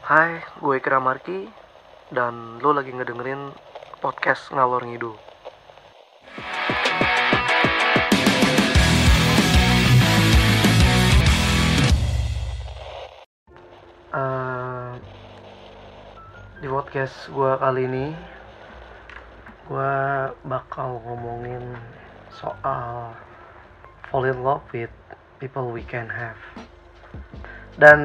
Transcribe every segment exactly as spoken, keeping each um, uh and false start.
Hai, gue Ikra Marki dan lo lagi ngedengerin podcast Ngalor Ngidul. Uh, di podcast gue kali ini, gue bakal ngomongin soal fall in love with people we can have. Dan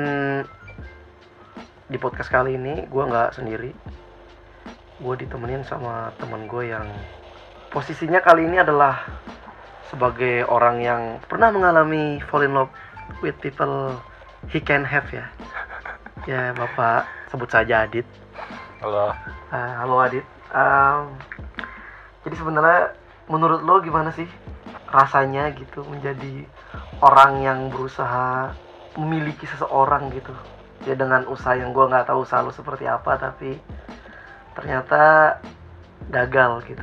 di podcast kali ini gue nggak sendiri, gue ditemenin sama temen gue yang posisinya kali ini adalah sebagai orang yang pernah mengalami fall in love with people he can have ya. Ya bapak sebut saja Adit. Halo. Uh, halo Adit. Um, jadi sebenarnya menurut lo gimana sih rasanya gitu menjadi orang yang berusaha memiliki seseorang gitu? Ya dengan usaha yang gue nggak tahu usaha lo seperti apa, tapi ternyata gagal gitu.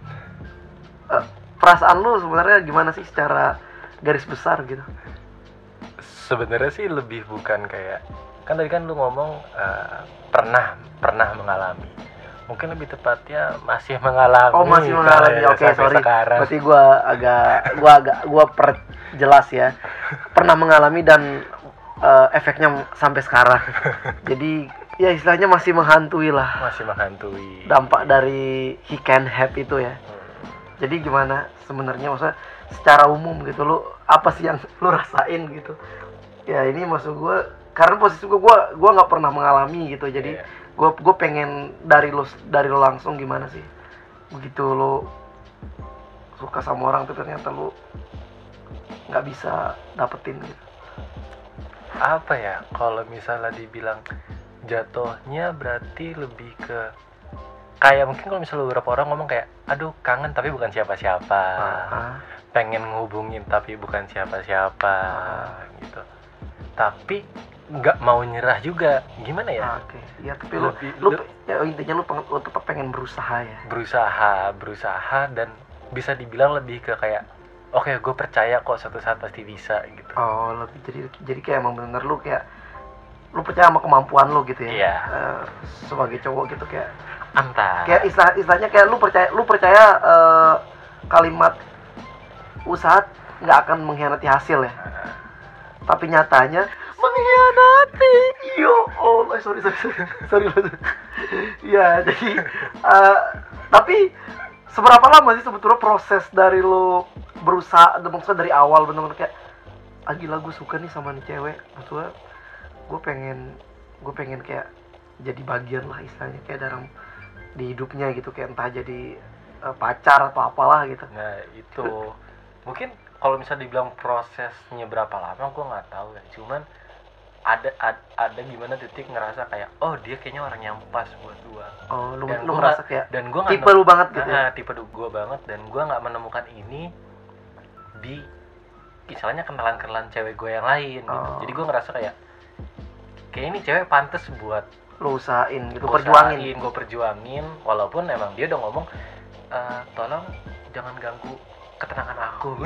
Uh, perasaan lo sebenarnya gimana sih secara garis besar gitu? Sebenarnya sih lebih bukan kayak, kan tadi kan lu ngomong uh, pernah pernah mengalami. Mungkin lebih tepatnya masih mengalami. Oh masih mengalami. Oke okay, sorry. Sekarang. Berarti gue agak gue agak gue perjelas ya. Pernah mengalami dan uh, efeknya sampai sekarang. Jadi ya istilahnya masih menghantui lah. Masih menghantui. Dampak dari he can have itu ya. Hmm. Jadi gimana sebenarnya, maksudnya secara umum gitu, lu apa sih yang lu rasain gitu? Ya ini maksud gue, karena posisi gue gue gue nggak pernah mengalami gitu. Jadi yeah. gue gue pengen dari lo dari lo langsung gimana sih begitu lo suka sama orang tuh ternyata lo nggak bisa dapetin gitu. Apa ya, kalau misalnya dibilang jatuhnya berarti lebih ke kayak mungkin kalau misalnya beberapa orang ngomong kayak aduh kangen tapi bukan siapa-siapa, uh-huh. pengen ngehubungin tapi bukan siapa-siapa, uh-huh. gitu, tapi nggak mau nyerah juga, gimana ya? Oke, okay. Ya tapi lu, lebih, lu, lu ya intinya lu, peng, lu tetap pengen berusaha ya. Berusaha, berusaha dan bisa dibilang lebih ke kayak, oke, okay, gue percaya kok suatu saat pasti bisa gitu. Oh, lebih jadi jadi kayak emang bener lu kayak lu percaya sama kemampuan lu gitu ya? Iya. Uh, sebagai cowok gitu kayak antar. Kayak istilah istilahnya kayak lu percaya lu percaya uh, kalimat usaha nggak akan mengkhianati hasil ya. Uh. Tapi nyatanya mengkhianati. Yo, oh, sorry sorry sorry. sorry, sorry. Ya, jadi uh, tapi seberapa lama sih sebetulnya proses dari lo berusaha, maksudnya dari awal benar-benar kayak ah gila gue suka nih sama nih cewek, maksudnya gue pengen gue pengen kayak jadi bagian lah istilahnya kayak dalam di hidupnya gitu, kayak entah jadi uh, pacar atau apalah gitu. Nah itu mungkin kalau misalnya dibilang prosesnya berapa lama gue nggak tahu ya, cuman ada, ada ada gimana titik ngerasa kayak oh dia kayaknya orang yang pas buat gue. Oh lu, dan lu gua ngerasa gak, kayak dan gua tipe lu banget gitu nah, ya? Tipe gue banget, dan gue nggak menemukan ini di misalnya kenalan-kenalan cewek gue yang lain gitu. Oh. Jadi gue ngerasa kayak kayak ini cewek pantas buat lu usahain gitu, gua perjuangin usahain, gue perjuangin walaupun emang dia udah ngomong e, tolong jangan ganggu ketenangan aku.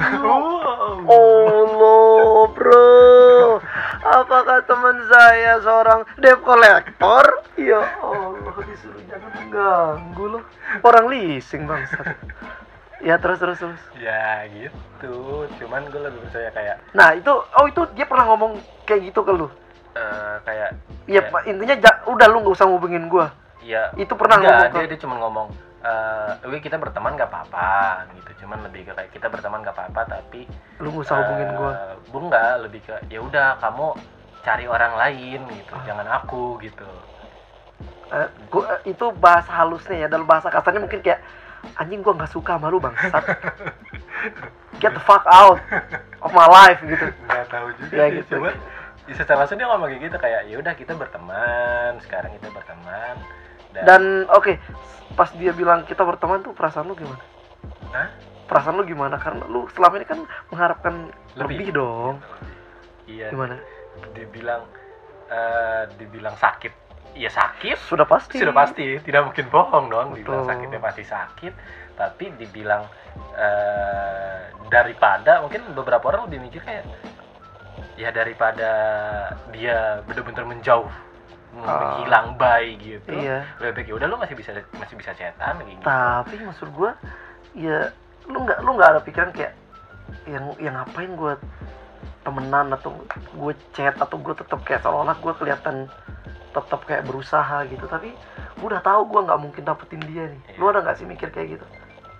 Allah bro, apakah teman saya seorang debt collector? Ya Allah, disuruh jangan mengganggu loh, orang leasing bangsat. Ya terus terus terus. Ya gitu, cuman gue lebih percaya kayak. Nah itu, oh itu dia pernah ngomong kayak gitu ke lu? Uh, kayak. Iya kayak, intinya ja, udah lu nggak usah ngubungin gue. Iya. Itu pernah enggak, ngomong. Dia dia cuma ngomong. Uh, kita berteman gak apa-apa gitu, cuman lebih ke kayak kita berteman gak apa-apa tapi lu gak usah hubungin uh, gue. Bu enggak, lebih ke ya udah kamu cari orang lain gitu, ah. jangan aku gitu. Uh, gua, uh, itu bahasa halusnya ya, dalam bahasa kasarnya mungkin kayak anjing gue nggak suka sama lu bangsat. Get the fuck out of my life gitu. Nggak tahu juga. Ya, gitu. Cuman ya, secara langsung dia ngomong kayak gitu kayak ya udah kita berteman, sekarang kita berteman. Dan, dan oke. Okay. Pas dia bilang kita berteman tuh perasaan lu gimana? Hah? Perasaan lu gimana? Karena lu selama ini kan mengharapkan lebih, lebih dong. Iya. Gimana? Dibilang uh, dibilang sakit. Iya sakit. Sudah pasti. Sudah pasti. Tidak mungkin bohong dong. Dibilang sakitnya pasti sakit. Tapi dibilang uh, daripada mungkin beberapa orang lebih mikir kayak ya daripada dia benar-benar menjauh menghilang bye gitu. Iya. Lebih baik ya udah lu masih bisa masih bisa chatan gitu. Tapi maksud gue ya lu nggak lu nggak ada pikiran kayak yang yang ngapain gue temenan atau gue chat atau gue tetap kayak seolah-olah gue kelihatan tetap kayak berusaha gitu, tapi gue udah tahu gue nggak mungkin dapetin dia nih. Lu ada nggak sih mikir kayak gitu?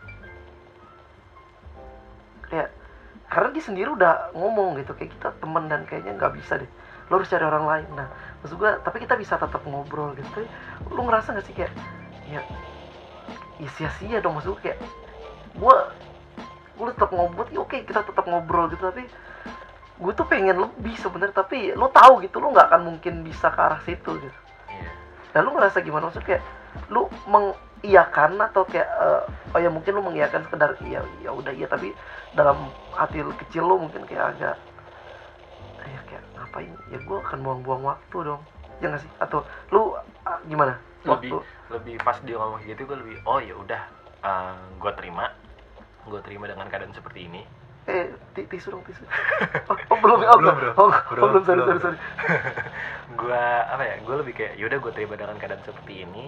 Kayak karena dia sendiri udah ngomong gitu kayak kita teman dan kayaknya nggak bisa deh, lo harus cari orang lain. Nah maksud gue tapi kita bisa tetap ngobrol gitu. Tapi lu ngerasa nggak sih kayak ya ya sia-sia dong, maksud gue kayak gue gue tetap ngobrol, ya oke kita tetap ngobrol gitu, tapi gue tuh pengen lebih sebenarnya, tapi lo tahu gitu lo nggak akan mungkin bisa ke arah situ gitu. Iya. Dan lu ngerasa gimana, maksudnya kayak lu mengiyakan atau kayak uh, oh ya mungkin lu mengiyakan sekedar iya ya udah iya, tapi dalam hati kecil lu mungkin kayak agak ya kayak ngapain ya, gue akan buang-buang waktu dong ya nggak sih, atau lu uh, gimana Lebih waktu? lebih pas dia ngomong gitu gue lebih oh ya udah uh, gue terima gue terima dengan keadaan seperti ini. eh t- tisu dong tisu oh, oh belum oh, belum bro oh, bro, oh, belum sorry belum, sorry bro. sorry Gue apa ya, gue lebih kayak yaudah gue terima dengan keadaan seperti ini.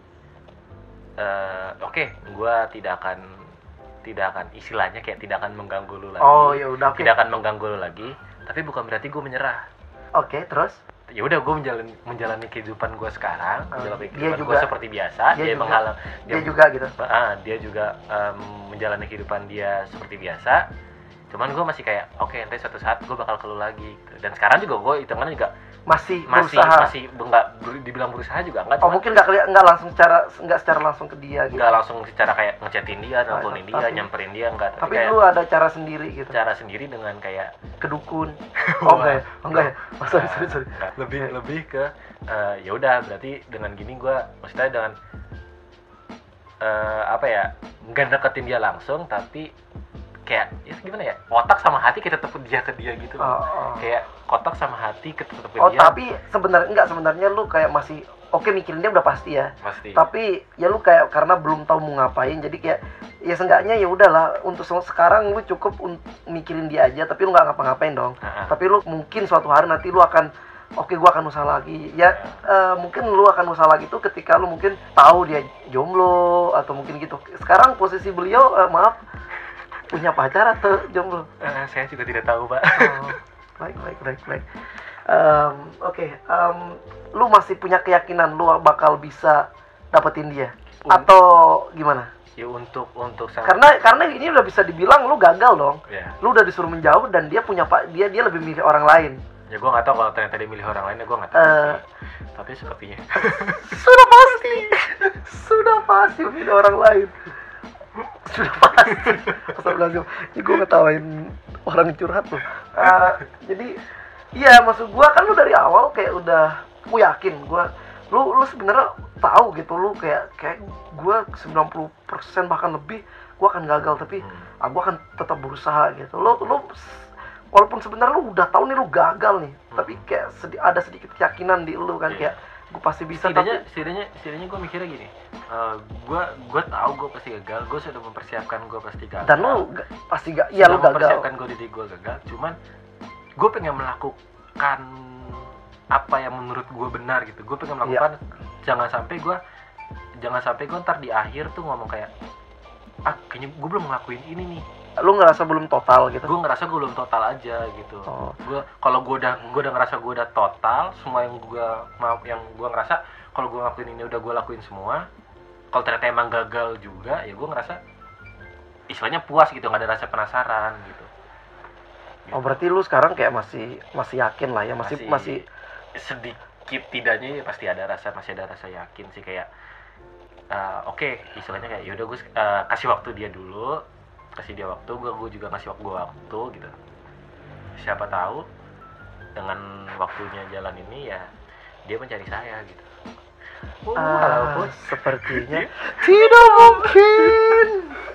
uh, oke okay, gue tidak akan tidak akan istilahnya kayak tidak akan mengganggu lu lagi. Oh ya udah oke. Tidak akan mengganggu lu lagi, tapi bukan berarti gue menyerah. Oke, terus Ya udah gue menjalani menjalani kehidupan gue sekarang, Oh, menjalani dia kehidupan juga- gue seperti biasa. dia Dia, juga- menghalang dia juga gitu. ah, dia juga em, menjalani kehidupan dia seperti biasa. Cuman gue masih kayak oke okay, nanti suatu saat gue bakal keluar lagi gitu. Dan sekarang juga gue hitungannya juga Masih, masih berusaha. masih enggak dibilang berusaha juga enggak, Oh cuman mungkin nggak kelihat nggak langsung secara nggak secara langsung ke dia gitu. enggak langsung secara kayak ngechatin dia, nelponin dia, tapi- nyamperin dia enggak, tapi, Tapi kayak lu ada cara sendiri gitu. cara sendiri dengan kayak Kedukun. Oh enggak ya? Oh enggak ya? Oh, sorry sorry sorry. Enggak. lebih lebih ke eh, ya udah berarti dengan gini gue maksudnya dengan eh, apa ya, nggak deketin dia langsung tapi kayak ya gimana ya, otak sama hati kita tetep dia ke dia gitu. Oh, oh. Kayak kotak sama hati kita tetep ke Oh dia. tapi sebenarnya enggak, sebenarnya lu kayak masih oke mikirin dia udah pasti ya. Pasti. Tapi ya lu kayak karena belum tahu mau ngapain, jadi kayak ya seenggaknya ya udahlah untuk se- sekarang lu cukup un- mikirin dia aja, tapi lu nggak ngapa-ngapain dong. Ha-ha. Tapi lu mungkin suatu hari nanti lu akan oke gua akan usaha lagi ya. Eh, mungkin lu akan usaha lagi tuh ketika lu mungkin tahu dia jomblo atau mungkin gitu. Sekarang posisi beliau eh, maaf punya pacar atau jomblo? Eh, saya juga tidak tahu pak. Oh, baik baik baik baik. Em, oke, em, lu masih punya keyakinan lu bakal bisa dapetin dia Un- atau gimana? Ya untuk untuk sama Karena karena ini udah bisa dibilang lu gagal dong. ya Lu udah disuruh menjauh dan dia punya pak dia dia lebih milih orang lain. ya gue nggak tahu kalau ternyata dia milih orang lain, ya gue nggak tahu Eh. sih. Tapi sepertinya Sudah pasti, sudah pasti milih orang lain. Sudah pasti. Astagfirullahaladzim. Ini gue ngetawain orang curhat tuh. Eh, jadi iya maksud gue kan lu dari awal kayak udah, gue yakin gue lu lu sebenarnya tahu gitu, lu kayak kayak gue sembilan puluh persen bahkan lebih gue akan gagal, tapi Hmm. ah, gue akan tetap berusaha gitu. Lu lu walaupun sebenarnya lu udah tahu nih lu gagal nih, Hmm. tapi kayak sedi- ada sedikit keyakinan di lu kan, Iya. kayak gue pasti bisa. setidaknya Tapi setidaknya setidaknya gue mikirnya gini, gue gue tahu gue pasti gagal, gue sudah mempersiapkan gue pasti gagal. dan lu ga- pasti gak, iya lu Sudah gagal. mempersiapkan gue diri gue gagal, cuman gue pengen melakukan apa yang menurut gue benar gitu. Gue pengen melakukan, jangan sampai gue jangan sampai gue ntar di akhir tuh ngomong kayak ah kayaknya gue belum ngelakuin ini nih. Lu ngerasa belum total gitu. Gue ngerasa gue belum total aja gitu. Oh. Gue kalau gue udah gue udah ngerasa gue udah total semua yang gue mau, yang gue ngerasa kalau gue ngelakuin ini udah gue lakuin semua. Kalau ternyata emang gagal juga, ya gue ngerasa istilahnya puas gitu, nggak ada rasa penasaran gitu. Oh berarti lu sekarang kayak masih masih yakin lah ya, masih masih, sedikit tidaknya ya pasti ada rasa, masih ada rasa yakin sih kayak uh, oke okay, istilahnya kayak yaudah gue uh, kasih waktu dia dulu, kasih dia waktu, gue gue juga ngasih waktu gue waktu gitu. Siapa tahu dengan waktunya jalan ini ya dia mencari saya gitu. Oh, ah, walaupun sepertinya tidak mungkin.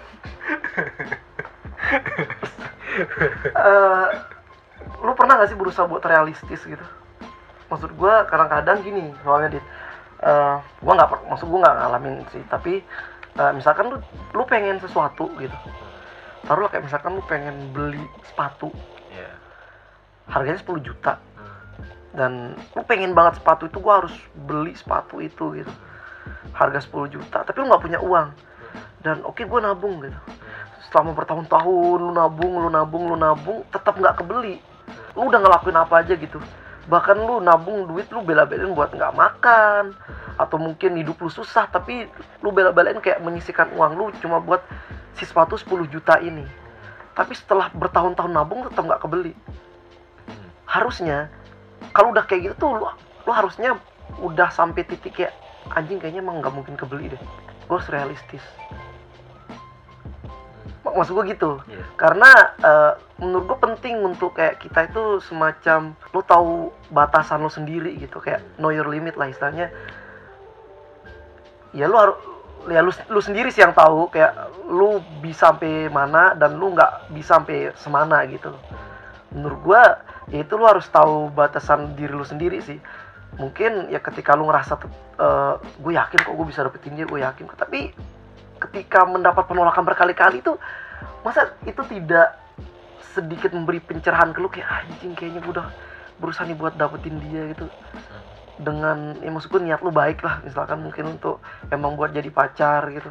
Eh, lu pernah gak sih berusaha buat realistis gitu? Maksud gue kadang-kadang gini soalnya dit, eh gue nggak per- maksud gue nggak ngalamin sih, tapi eh, misalkan lu lu pengen sesuatu gitu, taruhlah kayak misalkan lu pengen beli sepatu ya. harganya sepuluh juta, Hmm. dan lu pengen banget sepatu itu, gue harus beli sepatu itu gitu, harga sepuluh juta, tapi lu nggak punya uang. Dan oke okay, gue nabung gitu, selama bertahun-tahun lu nabung lu nabung lu nabung tetap nggak kebeli. Lu udah ngelakuin apa aja gitu, bahkan lu nabung duit lu bela-belain buat nggak makan, atau mungkin hidup lu susah tapi lu bela-belain kayak menyisihkan uang lu cuma buat si sepatu sepuluh juta ini. Tapi setelah bertahun-tahun nabung tetap nggak kebeli. Harusnya kalau udah kayak gitu tuh lu, lu harusnya udah sampai titik kayak anjing kayaknya emang nggak mungkin kebeli deh, gue harus realistis. Maksud gue gitu, yeah. Karena uh, menurut gue penting untuk kayak kita itu semacam lu tahu batasan lu sendiri gitu, kayak know your limit lah istilahnya. Ya lu harus, ya lu, lu sendiri sih yang tahu kayak lu bisa sampai mana dan lu nggak bisa sampai semana gitu. Menurut gue ya itu lu harus tahu batasan diri lu sendiri sih. Mungkin ya ketika lu ngerasa uh, gue yakin kok gue bisa dapetin dia, gue yakin kok, tapi ketika mendapat penolakan berkali-kali itu, masa itu tidak sedikit memberi pencerahan ke lu kayak anjing kayaknya gue udah berusaha nih buat dapetin dia gitu, dengan ya maksud gue niat lu baik lah, misalkan mungkin untuk emang buat jadi pacar gitu,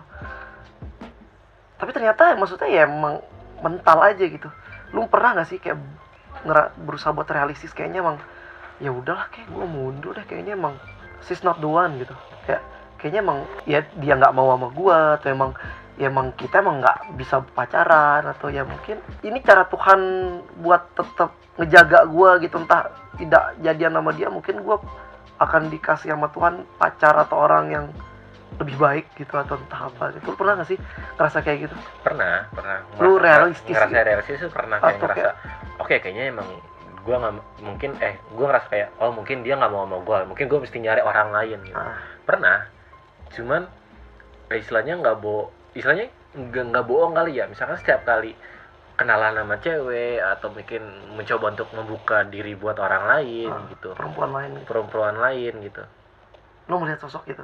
tapi ternyata maksudnya ya emang mental aja gitu. Lu pernah nggak sih kayak ngera- berusaha buat realistis, kayaknya emang ya udahlah kayak gue mundur deh, kayaknya emang she's not the one gitu, kayak kayaknya emang ya dia nggak mau sama gue, atau emang ya emang kita emang nggak bisa pacaran, atau ya mungkin ini cara Tuhan buat tetap ngejaga gue gitu, entah tidak jadian sama dia mungkin gue akan dikasih sama Tuhan pacar atau orang yang lebih baik gitu, atau entah apa gitu. Lu pernah nggak sih ngerasa kayak gitu? Pernah, pernah. Lu realistis? Ngerasa ya? realistis tuh pernah, kayak atau ngerasa, oke okay, kayaknya emang gue nggak mungkin, eh gue ngerasa kayak oh mungkin dia nggak mau sama gue, mungkin gue mesti nyari orang lain gitu. Ah. Pernah, cuman istilahnya nggak bo, istilahnya nggak nggak bohong kali ya. Misalkan setiap kali kenalan sama cewek atau mungkin mencoba untuk membuka diri buat orang lain ah, gitu, perempuan lain, gitu. perempuan lain gitu. Lo melihat sosok itu?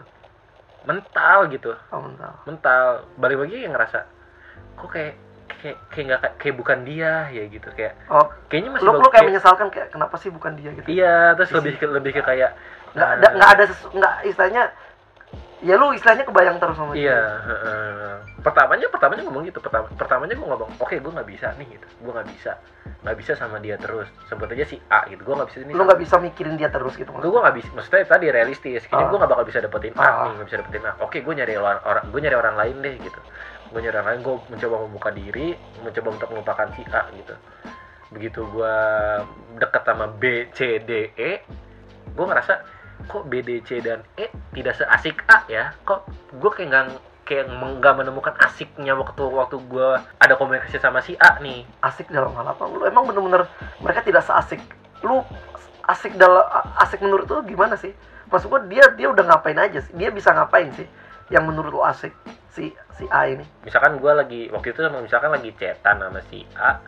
Mental gitu. Oh, mental. Mental. Balik lagi yang ngerasa, kok kayak kayak kayak nggak kayak bukan dia ya gitu, kayak. Oh. Kayaknya masih. Lo lo kayak, kayak menyesalkan kayak kenapa sih bukan dia gitu? Iya, terus Isi. lebih ke, lebih ke kayak nggak ada nggak ada sesu, nggak istilahnya. Ya lu istilahnya kebayang terus sama dia. Iya, uh, pertamanya pertamanya ngomong gitu, pertama pertamanya gue ngomong, oke okay, gue nggak bisa nih gitu, gue nggak bisa, nggak bisa sama dia terus, sebut aja si A gitu, gue nggak bisa ini. Lu nggak bisa mikirin dia terus gitu? Gue gue nggak bisa, maksudnya tadi realistis, kayaknya uh. gue nggak bakal bisa dapetin A uh. nih, nggak bisa dapetin A. Oke, gue nyari orang, orang gue nyari orang lain deh gitu, gue nyari orang lain, gue mencoba membuka diri, mencoba untuk melupakan si A gitu. Begitu gue deket sama B, C, D, E, gue ngerasa kok B, D, C, dan E tidak seasik A ya, kok gue kayak nggak kayak nggak menemukan asiknya waktu waktu gue ada komunikasi sama si A nih. Asik dalam hal apa? Lu emang bener-bener mereka tidak seasik lu? Asik dalam asik menurut lu gimana sih? Maksud gue dia dia udah ngapain aja sih? Dia bisa ngapain sih yang menurut lu asik si si A ini? Misalkan gue lagi waktu itu misalkan lagi chatan sama si A.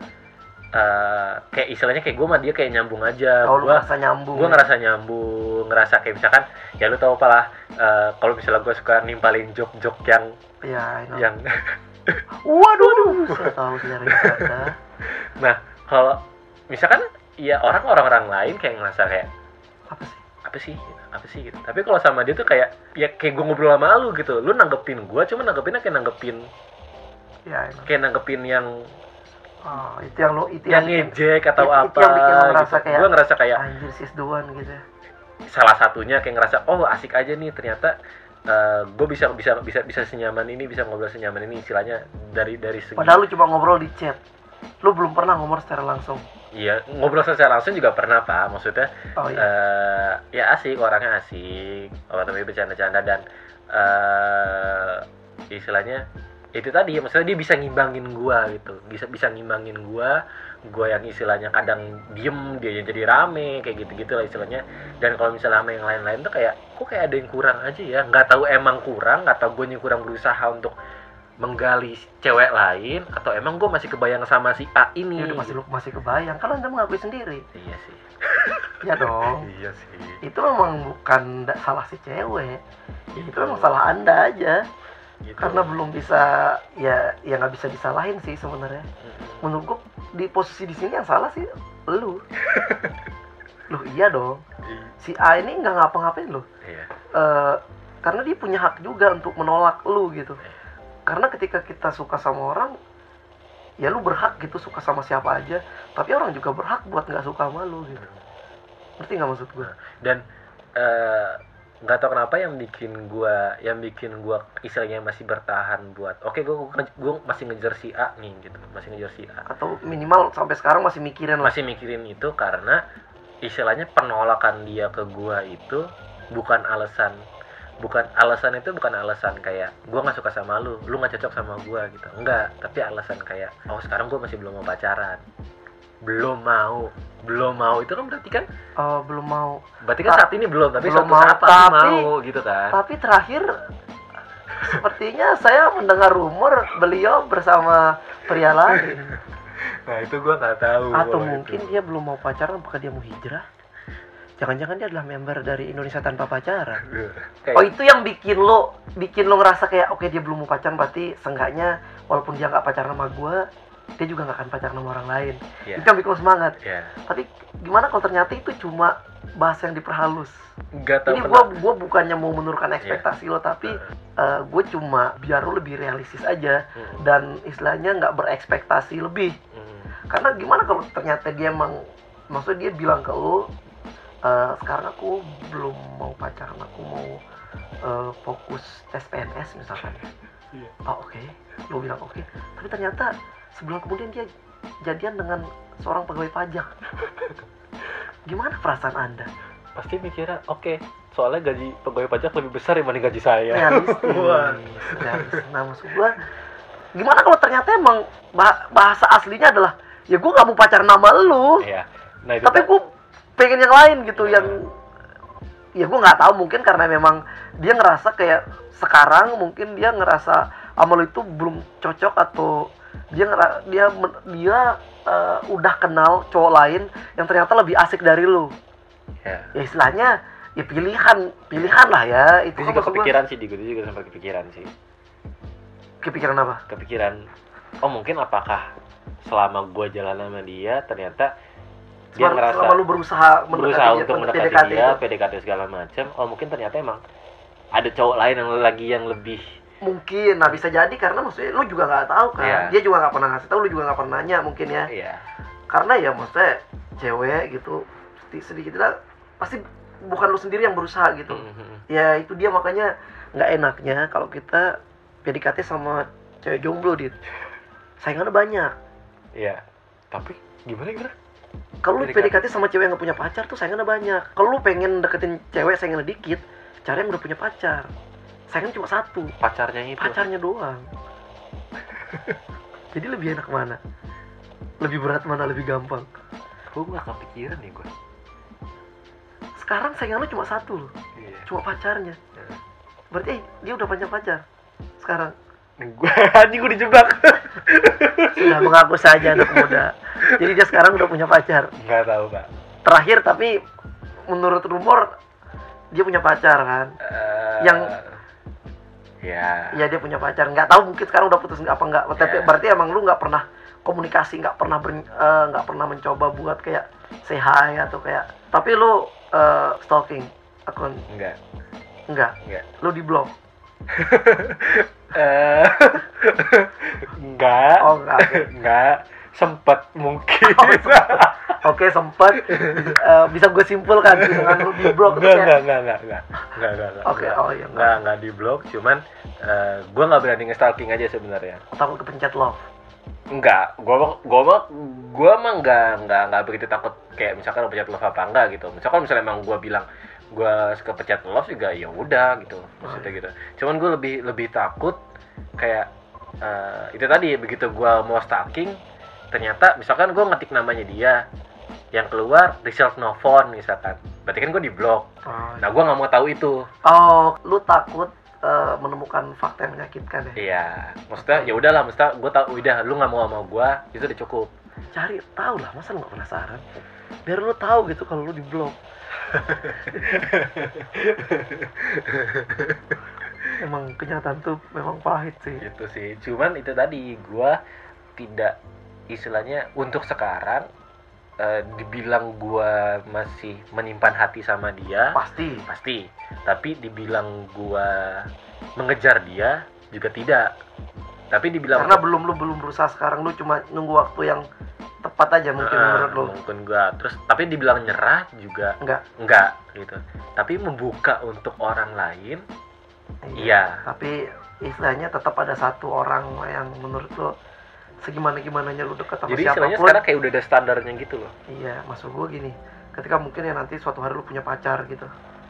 Uh, kayak istilahnya kayak gue sama dia kayak nyambung aja. Oh, gue ngerasa nyambung. Gue ya? ngerasa nyambung, ngerasa kayak misalkan ya lu tau apa lah, uh, kalau misalnya gue suka nimpalin jok-jok yang ya, yang waduh, waduh, saya tahu sejarah kita. Nah, kalau misalkan ya orang orang-orang lain kayak ngerasa kayak apa sih? Apa sih? Apa sih gitu. Tapi kalau sama dia tuh kayak ya kayak gue ngobrol sama lu gitu. Lu nanggepin gue, cuma nanggepinnya kayak nanggepin ya, kayak nanggepin yang oh, itu yang lo itu yang ngejek atau itu, apa itu yang bikin lo ngerasa gitu. kayak Gue ngerasa kayak anjir sis doan gitu. Salah satunya kayak ngerasa oh asik aja nih ternyata, uh, gue bisa bisa bisa bisa senyaman ini, bisa ngobrol senyaman ini istilahnya dari dari segi. Padahal lu cuma ngobrol di chat, lu belum pernah ngobrol secara langsung. Iya, ngobrol secara langsung juga pernah pak, maksudnya oh, iya. uh, ya asik, orangnya asik, orang tapi bercanda-canda dan uh, istilahnya itu tadi, maksudnya dia bisa ngimbangin gua gitu, bisa bisa ngimbangin gua, gua yang istilahnya kadang diem, dia jadi rame, kayak gitu-gitu lah istilahnya. Dan kalau misalnya sama yang lain-lain tuh kayak, kok kayak ada yang kurang aja ya, nggak tahu emang kurang, nggak tahu gua yang kurang berusaha untuk menggali cewek lain, atau emang gua masih kebayang sama si A ini. Ya, masih lu masih kebayang, kan anda mengakui sendiri. Iya sih. Iya dong. Iya sih. Itu memang bukan salah si cewek, itu memang salah anda aja. Gitu. Karena belum bisa, ya ya nggak bisa disalahin sih sebenarnya. Mm-hmm. Menurut gue di posisi di sini yang salah sih lu. Lu iya dong. si A ini nggak ngapa-ngapain loh. Iya. Uh, karena dia punya hak juga untuk menolak lu gitu. Karena ketika kita suka sama orang, ya lu berhak gitu suka sama siapa aja. Tapi orang juga berhak buat nggak suka sama lu gitu. Ngerti nggak maksud gue? Dan nggak uh, tahu kenapa yang bikin gue, yang bikin gue istilahnya masih bertahan buat, oke okay, gue gue masih ngejar si A nih gitu, masih ngejar si A. Atau minimal sampai sekarang masih mikirin lah. Masih mikirin itu karena istilahnya penolakan dia ke gue itu bukan alasan, bukan alasan itu bukan alasan kayak gue nggak suka sama lu, lu nggak cocok sama gue gitu, enggak. Tapi alasan kayak, oh sekarang gue masih belum mau pacaran. Belum mau, belum mau itu kan berarti kan oh, belum mau. Berarti kan saat ini belum, tapi belum suatu mau, saat pasti tapi, mau gitu kan. Tapi terakhir sepertinya saya mendengar rumor beliau bersama pria lain. Nah itu gue nggak tahu. Atau mungkin itu. Dia belum mau pacaran, apakah dia mau hijrah? Jangan-jangan dia adalah member dari Indonesia Tanpa Pacaran. Kayak... Oh itu yang bikin lo, bikin lo ngerasa kayak oke okay, dia belum mau pacaran, berarti seenggaknya walaupun dia nggak pacaran sama gue, dia juga nggak akan pacaran sama orang lain. Yeah. Itu yang bikin lo semangat. Yeah. Tapi gimana kalau ternyata itu cuma bahasa yang diperhalus? Gak tahu. Ini gue gue bukannya mau menurunkan ekspektasi yeah. lo, tapi uh, gue cuma biar lo lebih realistis aja mm. dan istilahnya nggak berekspektasi lebih. Mm. Karena gimana kalau ternyata dia emang, maksudnya dia bilang ke lo, uh, sekarang aku belum mau pacaran, aku mau uh, fokus tes P N S misalkan. Yeah. Oh oke, okay. Lo bilang oke, okay. Tapi ternyata sebulan kemudian dia jadian dengan seorang pegawai pajak. Gimana perasaan Anda? Pasti mikirnya, oke, okay, soalnya gaji pegawai pajak lebih besar dibanding gaji saya. Realistis. Realistis. Nah maksud gue, gimana kalau ternyata emang bahasa aslinya adalah, ya gue gak mau pacaran sama lu. Iya. Nah, itu tapi gue pengen yang lain gitu, hmm. yang ya gue nggak tahu, mungkin karena memang dia ngerasa kayak sekarang mungkin dia ngerasa sama lu itu belum cocok, atau dia ngera, dia dia uh, udah kenal cowok lain yang ternyata lebih asik dari lu. Yeah. Ya istilahnya ya pilihan pilihan lah ya. Itu juga kepikiran gua... sih, di gue juga sempat kepikiran sih. Kepikiran apa? Kepikiran, oh mungkin apakah selama gue jalan sama dia ternyata dia selama, ngerasa selama lu berusaha berusaha untuk mendekati dia, P D K T segala macam. Oh mungkin ternyata emang ada cowok lain yang lagi yang lebih. Mungkin, nah bisa jadi karena maksudnya lu juga nggak tahu kan, yeah. Dia juga nggak pernah ngasih tahu, lu juga nggak pernah nanya mungkin ya. Yeah. Karena ya maksudnya cewek gitu sedikit lah pasti bukan lu sendiri yang berusaha gitu. Mm-hmm. Ya itu dia makanya nggak enaknya kalau kita P D K T sama cewek jomblo dit. Saingannya banyak. Iya. Tapi gimana gimana? Kalau lu P D K T sama cewek yang nggak punya pacar tuh saingannya banyak. Kalau lu pengen deketin cewek saingannya dikit, cari yang udah punya pacar. Saingan cuma satu, pacarnya itu. Pacarnya doang. Jadi lebih enak mana? Lebih berat mana? Lebih gampang? Gue nggak kepikiran nih gue. Sekarang saingan lu cuma satu loh, iya. Cuma pacarnya. Iya. Berarti eh, dia udah punya pacar sekarang. Gue anjing gue dijebak. Sudah mengaku saja anak muda. Jadi dia sekarang udah punya pacar. Nggak tahu pak. Terakhir tapi menurut rumor dia punya pacar kan? Uh... Yang Ya. Iya dia punya pacar. Nggak tahu mungkin sekarang udah putus nggak apa nggak. Tapi yeah. Berarti emang lu nggak pernah komunikasi, nggak pernah ber, nggak uh, pernah mencoba buat kayak say hi atau kayak. Tapi lu uh, stalking akun? Enggak. Enggak. Enggak. Lu di blok? uh, enggak. Oh enggak. Enggak. Sempet mungkin. Oh, sempet. Oke sempet. Uh, bisa gue simpulkan dengan lu di blok. Enggak, enggak, enggak, enggak, enggak, enggak, enggak. Oke, oh iya. Enggak, enggak di blok, cuman uh, gue nggak berani nge-stalking aja sebenarnya. Takut kepencet love? Enggak, gue mah, gue mah, gue mah enggak, enggak, enggak begitu takut kayak misalkan kepencet love apa enggak gitu. Misalkan misalnya emang gue bilang gue kepencet love juga ya udah gitu, maksudnya oh, iya. Gitu. Cuman gue lebih lebih takut kayak uh, itu tadi begitu gue mau stalking. Ternyata misalkan gue ngetik namanya dia, yang keluar result no phone misalkan, berarti kan gue di blok. Oh, nah gue nggak mau tahu itu. Oh, lu takut uh, menemukan fakta yang menyakitkan ya? Iya, maksudnya ya udahlah, maksudnya gue tahu udah lu nggak mau sama gue, itu udah cukup. Cari tahu lah, masa lu nggak penasaran? Biar lu tahu gitu kalau lu di blok. Emang kenyataan tuh memang pahit sih. Itu sih, cuman itu tadi gue tidak istilahnya untuk sekarang uh, dibilang gua masih menyimpan hati sama dia, pasti pasti. Tapi dibilang gua mengejar dia juga tidak. Tapi dibilang karena belum lu belum berusaha sekarang, lu cuma nunggu waktu yang tepat aja mungkin uh, menurut lu. Mungkin gua. Terus tapi dibilang nyerah juga enggak. Enggak gitu. Tapi membuka untuk orang lain. Iya. iya. Tapi istilahnya tetap ada satu orang yang menurut lu segimana gimananya lu dekat sama jadi siapapun. Jadi istilahnya sekarang kayak udah ada standarnya gitu loh. Iya, maksud gue gini, ketika mungkin ya nanti suatu hari lu punya pacar gitu,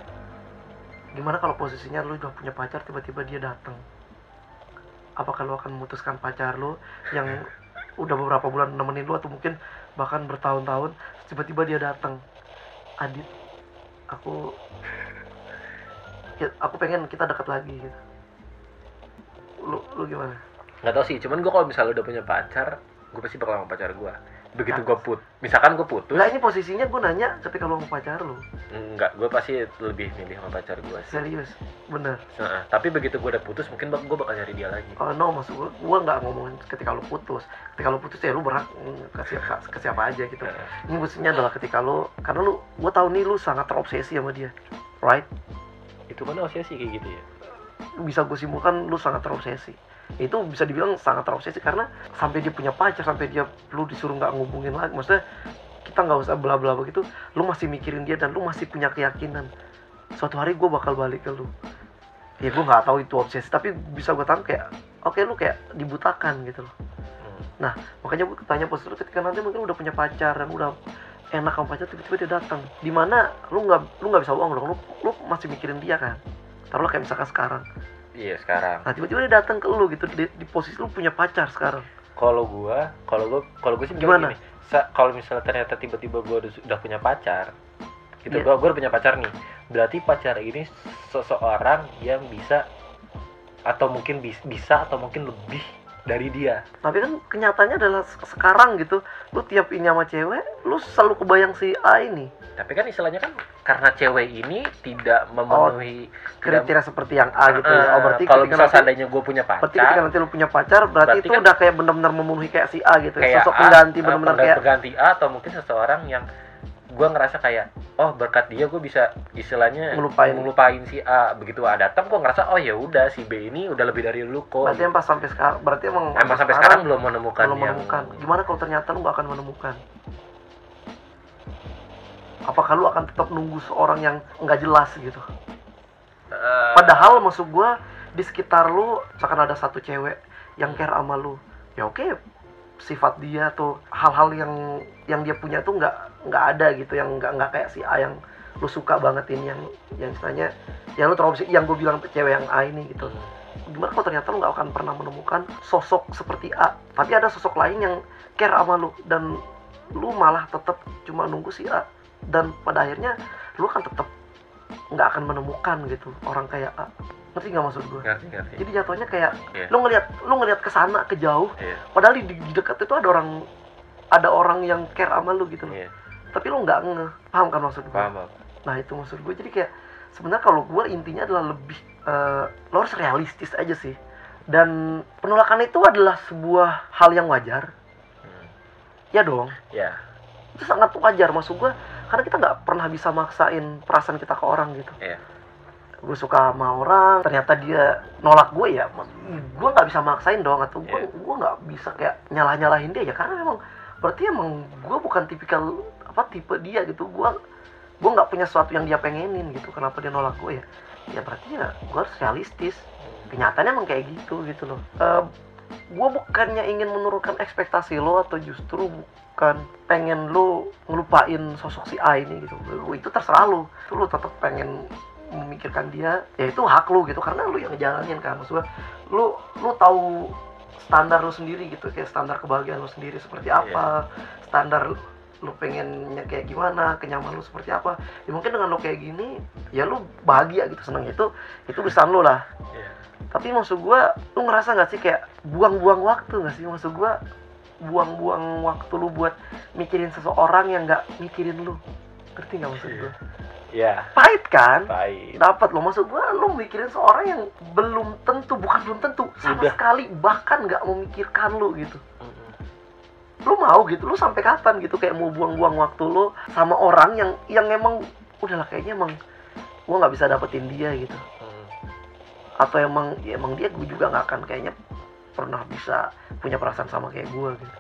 gimana kalau posisinya lu udah punya pacar tiba-tiba dia datang? Apakah lu akan memutuskan pacar lu yang udah beberapa bulan nemenin lu atau mungkin bahkan bertahun-tahun, tiba-tiba dia datang, Adit, aku ya, aku pengen kita dekat lagi gitu. Lu lu gimana? Nggak tau sih, cuman gue kalau misalnya udah punya pacar, gue pasti bakal sama pacar gue. Begitu gue put, misalkan gue putus. Nggak, ini posisinya gue nanya ketika lu sama pacar lu. Enggak, gue pasti lebih milih sama pacar gue. Serius, bener. Nah, tapi begitu gue udah putus, mungkin gue bakal cari dia lagi. Oh no, maksud gue, gue nggak ngomongin ketika lu putus. Ketika lu putus ya lu berhak ke siapa, ke siapa aja gitu. Nah. Ini maksudnya adalah ketika lu, karena lu, gue tahu nih lu sangat terobsesi sama dia, right? Itu kan obsesi kayak gitu ya? Bisa gue simpulkan lu sangat terobsesi. Itu bisa dibilang sangat terobsesi karena sampai dia punya pacar, sampai dia lu disuruh nggak ngubungin lagi, maksudnya kita nggak usah bla bla begitu, lu masih mikirin dia dan lu masih punya keyakinan suatu hari gue bakal balik ke lu. Ya gue nggak tahu itu obsesi, tapi bisa gue tahu kayak oke okay, lu kayak dibutakan gitu loh. Nah makanya gue tanya posisi lu ketika nanti mungkin udah punya pacar dan udah enak sama pacar, tiba-tiba dia datang, dimana lu nggak lu nggak bisa bohong dong, lu lu masih mikirin dia kan, taruhlah kayak misalkan sekarang. Iya sekarang. Nah tiba-tiba dia datang ke lu gitu di, di posisi lu punya pacar sekarang. Kalau gua, kalau gua, kalau gua sih gimana? Sa- kalau misalnya ternyata tiba-tiba gua udah, udah punya pacar, gitu, yeah. gua, gua udah punya pacar nih. Berarti pacar ini seseorang yang bisa, atau mungkin bis, bisa atau mungkin lebih dari dia. Tapi kan kenyataannya adalah sekarang gitu, lu tiap ini sama cewek, lu selalu kebayang si A ini. Tapi kan istilahnya kan karena cewek ini tidak memenuhi oh, kriteria seperti yang A gitu. Uh, oh berarti kalau misal seandainya gue punya pacar, berarti ketika nanti lu punya pacar, berarti, berarti itu kan udah kayak benar-benar memenuhi kayak si A gitu. Sosok A, pengganti benar-benar kayak pengganti A, atau mungkin seseorang yang gue ngerasa kayak oh berkat dia gue bisa istilahnya ngelupain, ngelupain si A. Begitu A datang gue ngerasa oh ya udah si B ini udah lebih dari lu kok. Berarti yang pas sampai sekarang, berarti emang emang sampai sekarang, sekarang belum menemukan belum yang... menemukan. Gimana kalau ternyata lu gak akan menemukan? Apakah lu akan tetap nunggu seorang yang nggak jelas gitu? Uh... Padahal maksud gue di sekitar lu misalkan ada satu cewek yang care sama lu, ya oke okay, sifat dia tuh hal-hal yang yang dia punya tuh nggak nggak ada gitu, yang nggak nggak kayak si A yang lu suka banget ini, yang yang istilahnya yang lu terobsesi, yang gue bilang cewek yang A ini gitu. Gimana kalau ternyata lu nggak akan pernah menemukan sosok seperti A, tapi ada sosok lain yang care sama lu dan lu malah tetap cuma nunggu si A, dan pada akhirnya lu kan tetap nggak akan menemukan gitu orang kayak A. Ngerti nggak maksud gue? Ngerti, ngerti. Jadi jatuhnya kayak yeah. lu ngelihat lu ngelihat ke sana ke jauh, yeah. padahal di, di dekat itu ada orang ada orang yang care sama lu gitu loh. Yeah. Tapi lu nggak nge, paham kan maksud gue? Paham, paham. Nah itu maksud gue. Jadi kayak sebenarnya kalau gue intinya adalah lebih uh, lo harus realistis aja sih. Dan penolakan itu adalah sebuah hal yang wajar. Hmm. Ya dong. Ya. Yeah. Itu sangat wajar maksud gue, karena kita nggak pernah bisa maksain perasaan kita ke orang gitu. Yeah. Gue suka sama orang, ternyata dia nolak gue, ya gue nggak bisa maksain dong, atau gue yeah. gue nggak bisa kayak nyalah nyalahin dia ya, karena memang berarti emang gue bukan tipikal apa tipe dia gitu. Gue gue nggak punya sesuatu yang dia pengenin gitu. Kenapa dia nolak gue ya? Ya berarti ya gue harus realistis. Kenyataannya emang kayak gitu gitu loh. Uh, gue bukannya ingin menurunkan ekspektasi lo, atau justru bukan pengen lo ngelupain sosok si A ini gitu. Itu terserah lo. Itu lo tetap pengen memikirkan dia, ya itu hak lu gitu, karena lu yang ngejalanin kan. Maksudnya lu lu tahu standar lu sendiri gitu, kayak standar kebahagiaan lu sendiri seperti apa, yeah. standar lu pengennya kayak gimana, kenyamanan lu seperti apa. Ya mungkin dengan lu kayak gini ya lu bahagia gitu, seneng, itu itu urusan lu lah. Yeah. Tapi maksud gua, lu ngerasa nggak sih kayak buang-buang waktu nggak sih? Maksud gua buang-buang waktu lu buat mikirin seseorang yang nggak mikirin lu. Ngerti nggak maksud gua? Ya. Pahit kan? Pahit. Dapat lo, maksud gua lu mikirin seorang yang belum tentu, bukan belum tentu, sama Udah. sekali bahkan nggak memikirkan lu gitu. Mm-hmm. lu mau gitu, lu sampai kapan gitu kayak mau buang-buang waktu lu sama orang yang yang emang udahlah kayaknya emang gua nggak bisa dapetin dia gitu. Hmm. Atau emang ya emang dia gue juga nggak akan kayaknya pernah bisa punya perasaan sama kayak gua gitu.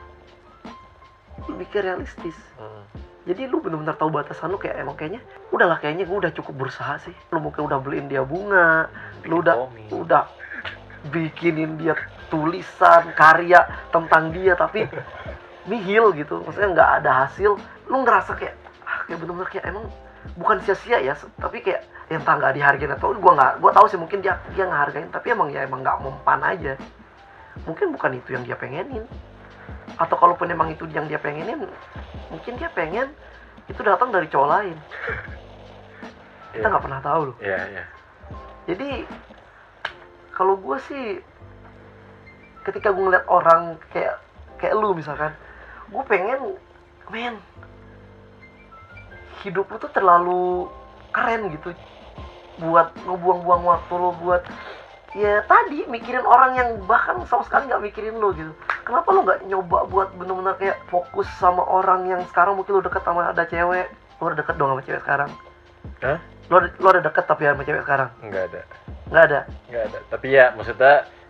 Lu mikir realistis. Hmm. Jadi lu benar-benar tahu batasan lu, kayak emang kayaknya udahlah kayaknya gue udah cukup berusaha sih. Lu mungkin udah beliin dia bunga, Bikin lu udah komik. udah bikinin dia tulisan karya tentang dia tapi nihil gitu, maksudnya nggak ada hasil. Lu ngerasa kayak ah, kayak bener-bener kayak emang bukan sia-sia ya, tapi kayak ya entah nggak dihargain atau gue nggak, gue tahu sih mungkin dia dia ngehargain, tapi emang ya emang nggak mempan aja. Mungkin bukan itu yang dia pengenin, atau kalaupun emang itu yang dia pengenin, mungkin dia pengen itu datang dari cowok lain. Kita nggak pernah tahu loh. Iya, yeah, iya. Yeah. Jadi kalau gue sih ketika gue ngeliat orang kayak kayak lu misalkan, gue pengen, men, hidup lu tuh terlalu keren gitu buat ngebuang-buang waktu lu buat ya tadi mikirin orang yang bahkan sama sekali nggak mikirin lu gitu. Kenapa lu nggak nyoba buat bener-bener kayak fokus sama orang yang sekarang mungkin lu deket sama ada cewek, lu udah deket dong sama cewek sekarang? Hah? Lu, lu udah deket tapi sama cewek sekarang? Nggak ada. Nggak ada? Nggak ada. Tapi ya maksudnya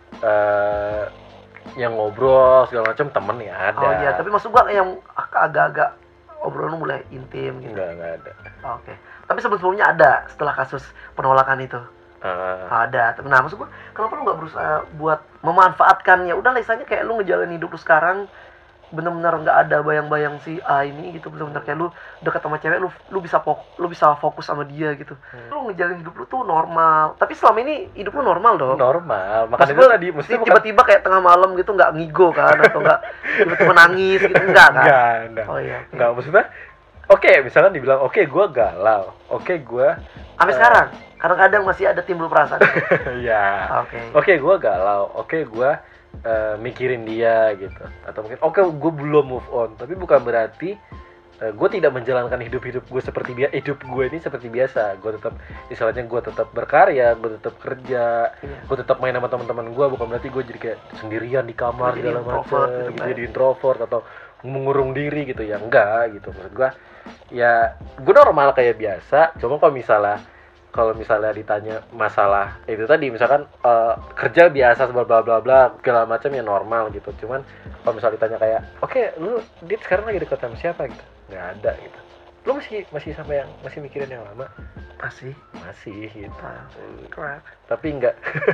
uh, yang ngobrol segala macam temen ya ada. Oh iya, tapi maksud gua yang agak-agak obrolan lu mulai intim gitu. Nggak, nggak ada. Oh, oke. Okay. Tapi sebelum-sebelumnya ada setelah kasus penolakan itu? Uh, Ada. Nah, maksud gua kenapa lu nggak berusaha buat memanfaatkannya? Udah lah, istilahnya kayak lu ngejalanin hidup lu sekarang bener-bener nggak ada bayang-bayang si A ini gitu, bener-bener kayak lu deket sama cewek, lu lu bisa fokus, lu bisa fokus sama dia gitu. Hmm. Lu ngejalanin hidup lu tuh normal. Tapi selama ini hidup lu normal dong. Normal. Makanya itu tadi mesti tiba-tiba bukan... kayak tengah malam gitu nggak ngigo kan, atau nggak tiba-tiba nangis gitu, enggak kan? Enggak, enggak. Oh iya. Okay. Enggak, maksudnya oke, okay, misalkan dibilang oke okay, gue galau, oke okay, gue sampai uh... sekarang kadang-kadang masih ada timbul perasaan. Iya. Oke. Oke, gue galau, oke okay, gue Uh, mikirin dia gitu, atau mungkin oke okay, gue belum move on, tapi bukan berarti uh, gue tidak menjalankan hidup-hidup gue seperti biasa. Hidup gue ini seperti biasa, gue tetap istilahnya gue tetap berkarya, gue tetap kerja, yeah. gue tetap main sama teman-teman gue, bukan berarti gue jadi kayak sendirian di kamar segala macam gitu, jadi introvert atau mengurung diri gitu ya, enggak gitu. Maksud gue ya gue normal kayak biasa, cuma kalau misalnya kalau misalnya ditanya masalah itu tadi, misalkan uh, kerja biasa bla bla bla bla segala macam ya normal gitu. Cuman kalau misalnya ditanya kayak oke okay, lu Dit sekarang lagi dekat sama siapa gitu, nggak ada gitu. Lu masih masih sama yang masih mikirin yang lama? Masih masih gitu. Crap. Tapi nggak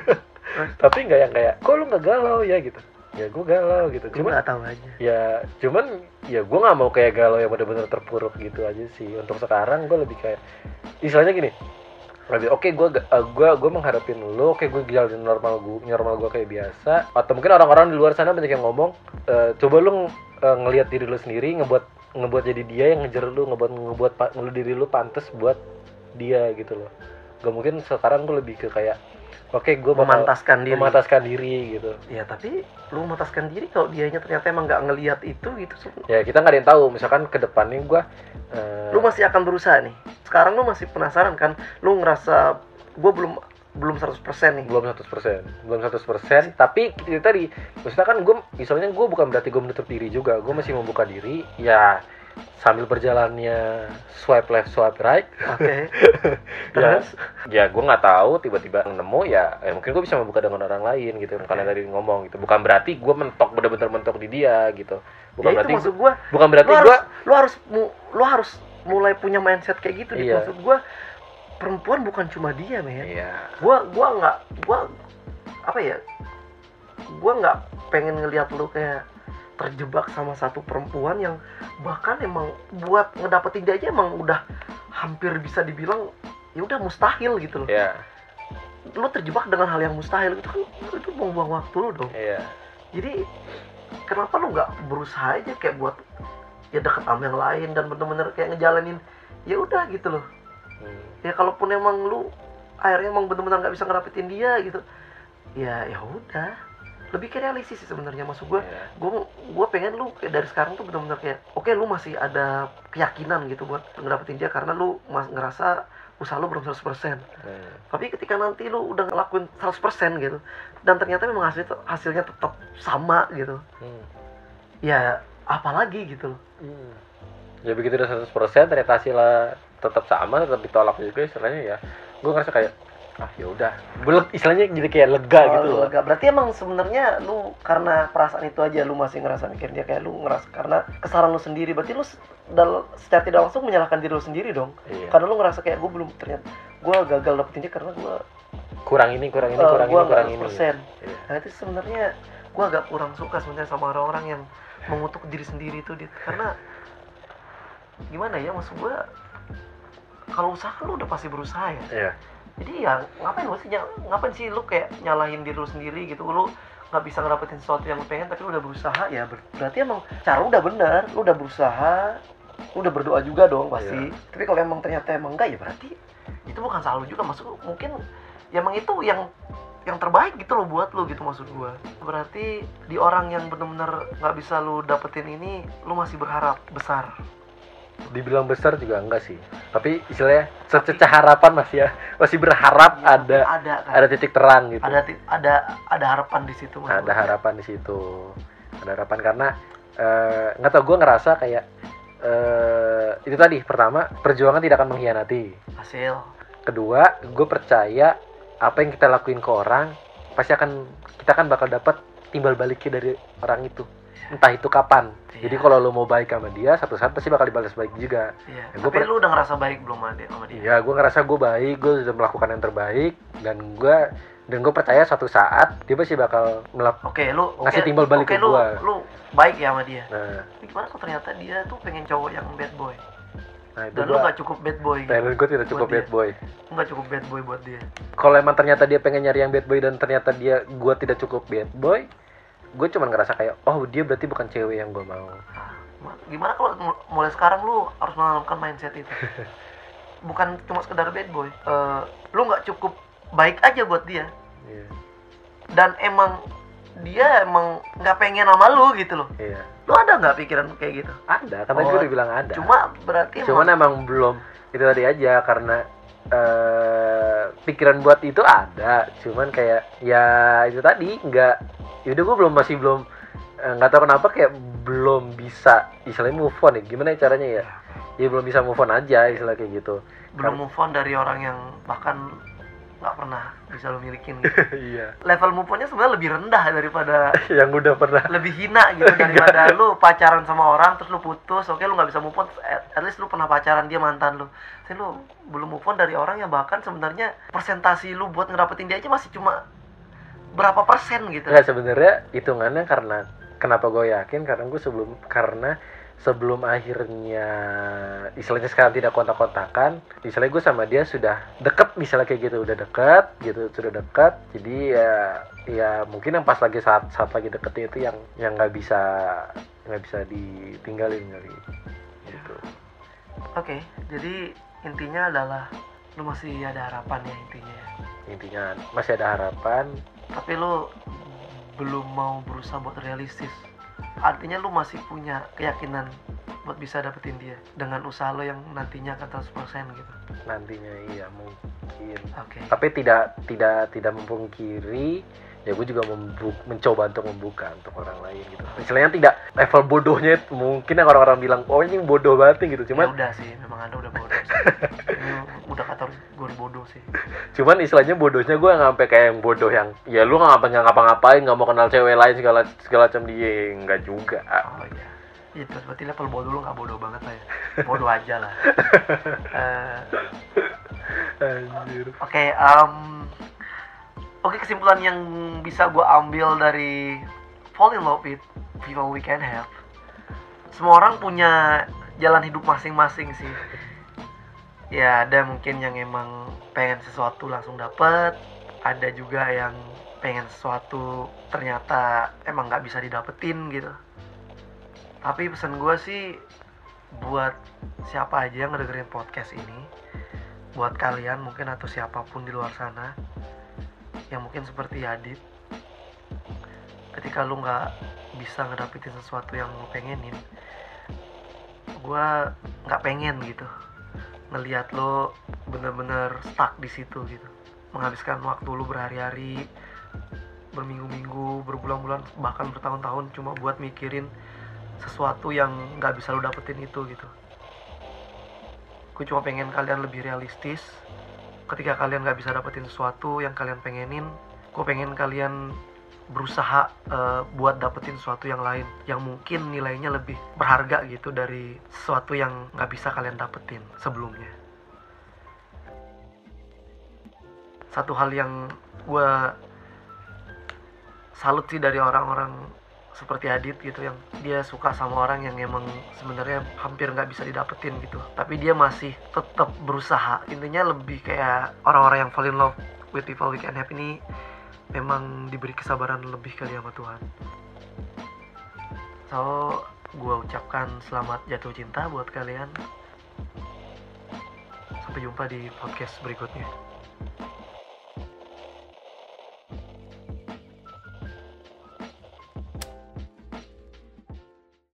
tapi nggak yang kayak kok lu nggak galau ya gitu. Ya gue galau gitu, cuma nggak tahu aja ya. Cuman ya gue nggak mau kayak galau yang benar-benar terpuruk gitu aja sih. Untuk sekarang gue lebih kayak istilahnya gini, lebih oke okay, gue uh, gue gue mengharapin lo, oke okay, gue jalanin normal gue normal gue kayak biasa. Atau mungkin orang-orang di luar sana banyak yang ngomong uh, coba lo uh, ngelihat diri lo sendiri, ngebuat ngebuat jadi dia yang ngejar lo, ngebuat ngebuat pa, diri lo pantas buat dia gitu loh. Gak mungkin sekarang gue lebih ke kayak oke okay, gue memantaskan diri memantaskan diri gitu ya. Tapi lu memantaskan diri kalau dianya ternyata emang nggak ngelihat itu gitu, ya kita nggak ada yang tahu. Misalkan ke depannya gue uh... lu masih akan berusaha nih. Sekarang lu masih penasaran kan, lu ngerasa gue belum belum seratus persen nih. Belum seratus persen. Belum seratus persen, tapi itu tadi maksudnya kan gue misalnya gue bukan berarti gue menutup diri juga. Gue masih membuka diri ya sambil berjalannya swipe left swipe right. Oke. Okay. Terus ya, ya gue nggak tahu tiba-tiba nemu ya, ya mungkin gue bisa membuka dengan orang lain gitu. Okay. Karena tadi ngomong gitu, bukan berarti gue mentok benar-benar mentok di dia gitu. Bukan ya berarti itu maksud gue. Bukan berarti gue lu, lu harus lu harus mulai punya mindset kayak gitu. Iya. Maksud gue perempuan bukan cuma dia, men. Iya. Gue gue nggak gue apa ya? Gue nggak pengen ngelihat lu kayak terjebak sama satu perempuan yang bahkan emang buat ngedapetin dia aja emang udah hampir bisa dibilang ya udah mustahil gitu loh. Iya. Lu terjebak dengan hal yang mustahil itu kan itu buang-buang waktu lu dong. Iya. Jadi kenapa lu nggak berusaha aja kayak buat ya deket sama yang lain dan bener-bener kayak ngejalanin ya udah gitu loh. Hmm. Ya kalaupun emang lu akhirnya emang bener-bener nggak bisa ngerapetin dia gitu, ya ya udah. Lebih kayak realistis sih sebenarnya, maksud gue. Yeah. Gue gue pengen lu kayak dari sekarang tuh benar-benar kayak oke okay, lu masih ada keyakinan gitu buat ngedapetin dia karena lu mas ngerasa usaha lu belum seratus persen. Yeah. Tapi ketika nanti lu udah ngelakuin seratus persen gitu dan ternyata memang hasil hasilnya tetap sama gitu. Hmm. Ya apalagi gitu loh. Hmm. Ya begitu udah seratus persen ternyata hasilnya tetap sama, tetap ditolak juga istilahnya ya. Gue ngerasa kayak ah ya udah, belum istilahnya jadi kayak lega Oh, gitu loh. lega. Berarti emang sebenarnya lu karena perasaan itu aja lu masih ngerasa mikir dia, kayak lu ngerasa karena kesalahan lu sendiri. Berarti lu dal- secara tidak langsung menyalahkan diri lu sendiri dong. Iya. Karena lu ngerasa kayak gue belum, ternyata gue gagal dapetin dia karena gue Kurang ini, kurang ini, uh, kurang gue ini, kurang nggak ini. persen. Iya. Nah itu sebenarnya gue agak kurang suka sebenarnya sama orang-orang yang mengutuk diri sendiri itu, Dit. Karena gimana ya, maksud gue kalau usaha kan lu udah pasti berusaha ya. Iya. Jadi ya ngapain lu sih ny- ngapain sih lu kayak nyalahin diri lu sendiri gitu. Lu nggak bisa ngedapetin sesuatu yang lu pengen tapi lu udah berusaha, ya ber- berarti emang cara lu udah bener, lu udah berusaha, lu udah berdoa juga dong pasti. Iya. Tapi kalau emang ternyata emang enggak, ya berarti itu bukan salah lu juga. Maksud lu mungkin ya emang itu yang yang terbaik gitu loh buat lu gitu, maksud gua. Berarti di orang yang bener-bener nggak bisa lu dapetin ini, lu masih berharap besar. Dibilang besar juga enggak sih. Tapi istilahnya sececah harapan masih ya. Masih berharap Ya, ada ada kan? ada titik terang gitu. Ada ti- ada ada harapan di situ. maksud Ada gua. harapan di situ. Ada harapan karena eh, nggak tau, gue ngerasa kayak eh, itu tadi, pertama perjuangan tidak akan mengkhianati. Hasil. Kedua, gue percaya apa yang kita lakuin ke orang pasti akan kita kan bakal dapat timbal baliknya dari orang itu. Entah itu kapan. Iya. Jadi kalau lo mau baik sama dia, satu saat pasti bakal dibalas baik juga. Iya. Ya, gua Tapi per- lu udah ngerasa baik belum sama dia? Sama dia? Iya, gue ngerasa gue baik, gue sudah melakukan yang terbaik, dan gue dan gue percaya suatu saat dia pasti bakal melap. Oke, lu Ngasih oke, timbal balik oke, ke lu, gua. lu baik ya sama dia. Nah, Tapi gimana kalau ternyata dia tuh pengen cowok yang bad boy? nah itu Dan lu gue, nggak cukup bad boy. Gitu. dan gue tidak cukup buat bad boy. Lu nggak cukup bad boy buat dia. Kalau emang ternyata dia pengen nyari yang bad boy dan ternyata dia gue tidak cukup bad boy, gue cuma ngerasa kayak oh dia berarti bukan cewek yang gue mau. Nah, ma- gimana kalau mul- mulai sekarang lu harus menanamkan mindset itu? Bukan cuma sekedar bad boy. Eh, lu nggak cukup baik aja buat dia. Iya, Dan emang dia emang nggak pengen sama lu gitu loh. iya. Lu ada nggak pikiran kayak gitu? Ada, karena Oh, gue udah bilang ada. Cuma berarti Cuman emang emang belum itu tadi aja karena eh pikiran buat itu ada, cuman kayak ya itu tadi nggak, yaudah gue belum masih belum eh, nggak tahu kenapa kayak belum bisa istilahnya move on ya, gimana ya caranya ya, ya belum bisa move on aja istilah kayak gitu. belum move on dari orang yang bahkan nggak pernah bisa lu milikin gitu. Iya. Level move onnya sebenarnya lebih rendah daripada Yang udah pernah. lebih hina gitu daripada lu pacaran sama orang terus lu putus, oke lu nggak bisa move on, at, at least lu pernah pacaran, dia mantan lu. Tapi lu belum move on dari orang yang bahkan sebenarnya persentasi lu buat ngedapetin dia aja masih cuma berapa persen gitu. Nggak, sebenarnya hitungannya karena kenapa gue yakin karena gue sebelum karena sebelum akhirnya istilahnya sekarang tidak kontak-kontakan, istilahnya gue sama dia sudah deket, misalnya kayak gitu, udah deket gitu, sudah deket, jadi ya ya mungkin yang pas lagi saat saat lagi deketnya itu yang yang nggak bisa nggak bisa ditinggalin kali gitu. Oke, jadi intinya adalah lu masih ada harapan ya intinya ya. Intinya masih ada harapan. Tapi lu belum mau berusaha buat realistis. Artinya lu masih punya keyakinan buat bisa dapetin dia dengan usaha lo yang nantinya akan seratus persen gitu. Nantinya iya mungkin. Oke. Tapi tidak tidak tidak memungkiri ya gue juga membu- mencoba untuk membuka untuk orang lain gitu. Istilahnya tidak level bodohnya itu, mungkin yang orang-orang bilang oh ini bodoh banget nih gitu. Ya Cuman udah sih, memang Anda udah bodoh sih. Ini udah kata gue bodoh sih. cuman istilahnya bodohnya gue nggak sampai kayak yang bodoh yang ya lu nggak ngapa nggak ngapa-ngapain, nggak mau kenal cewek lain segala segala macam, dia nggak juga. Oh iya. Itu berarti level bodoh lu nggak bodoh banget lah ya. Bodoh aja lah. Eh, Anjir. Oke, um, oke kesimpulan yang bisa gue ambil dari fall in love with people we can have. Semua orang punya jalan hidup masing-masing sih. Ya ada mungkin yang emang pengen sesuatu langsung dapet, ada juga yang pengen sesuatu ternyata emang nggak bisa didapetin gitu. Tapi pesan gue sih buat siapa aja yang ngedengerin podcast ini, buat kalian mungkin atau siapapun di luar sana yang mungkin seperti Adit, ketika lu nggak bisa ngedapetin sesuatu yang lu pengenin, gue nggak pengen gitu ngelihat lo bener-bener stuck di situ gitu, menghabiskan waktu lu berhari-hari, berminggu-minggu, berbulan-bulan, bahkan bertahun-tahun cuma buat mikirin sesuatu yang nggak bisa lo dapetin itu gitu. Gue cuma pengen kalian lebih realistis. Ketika kalian nggak bisa dapetin sesuatu yang kalian pengenin, gue pengen kalian berusaha uh, buat dapetin sesuatu yang lain yang mungkin nilainya lebih berharga gitu dari sesuatu yang nggak bisa kalian dapetin sebelumnya. Satu hal yang gue salut sih dari orang-orang seperti Adit gitu, yang dia suka sama orang yang emang sebenarnya hampir nggak bisa didapetin gitu, tapi dia masih tetap berusaha. Intinya lebih kayak orang-orang yang fall in love with people we can have ini memang diberi kesabaran lebih kali sama Tuhan. So, gue ucapkan selamat jatuh cinta buat kalian. Sampai jumpa di podcast berikutnya.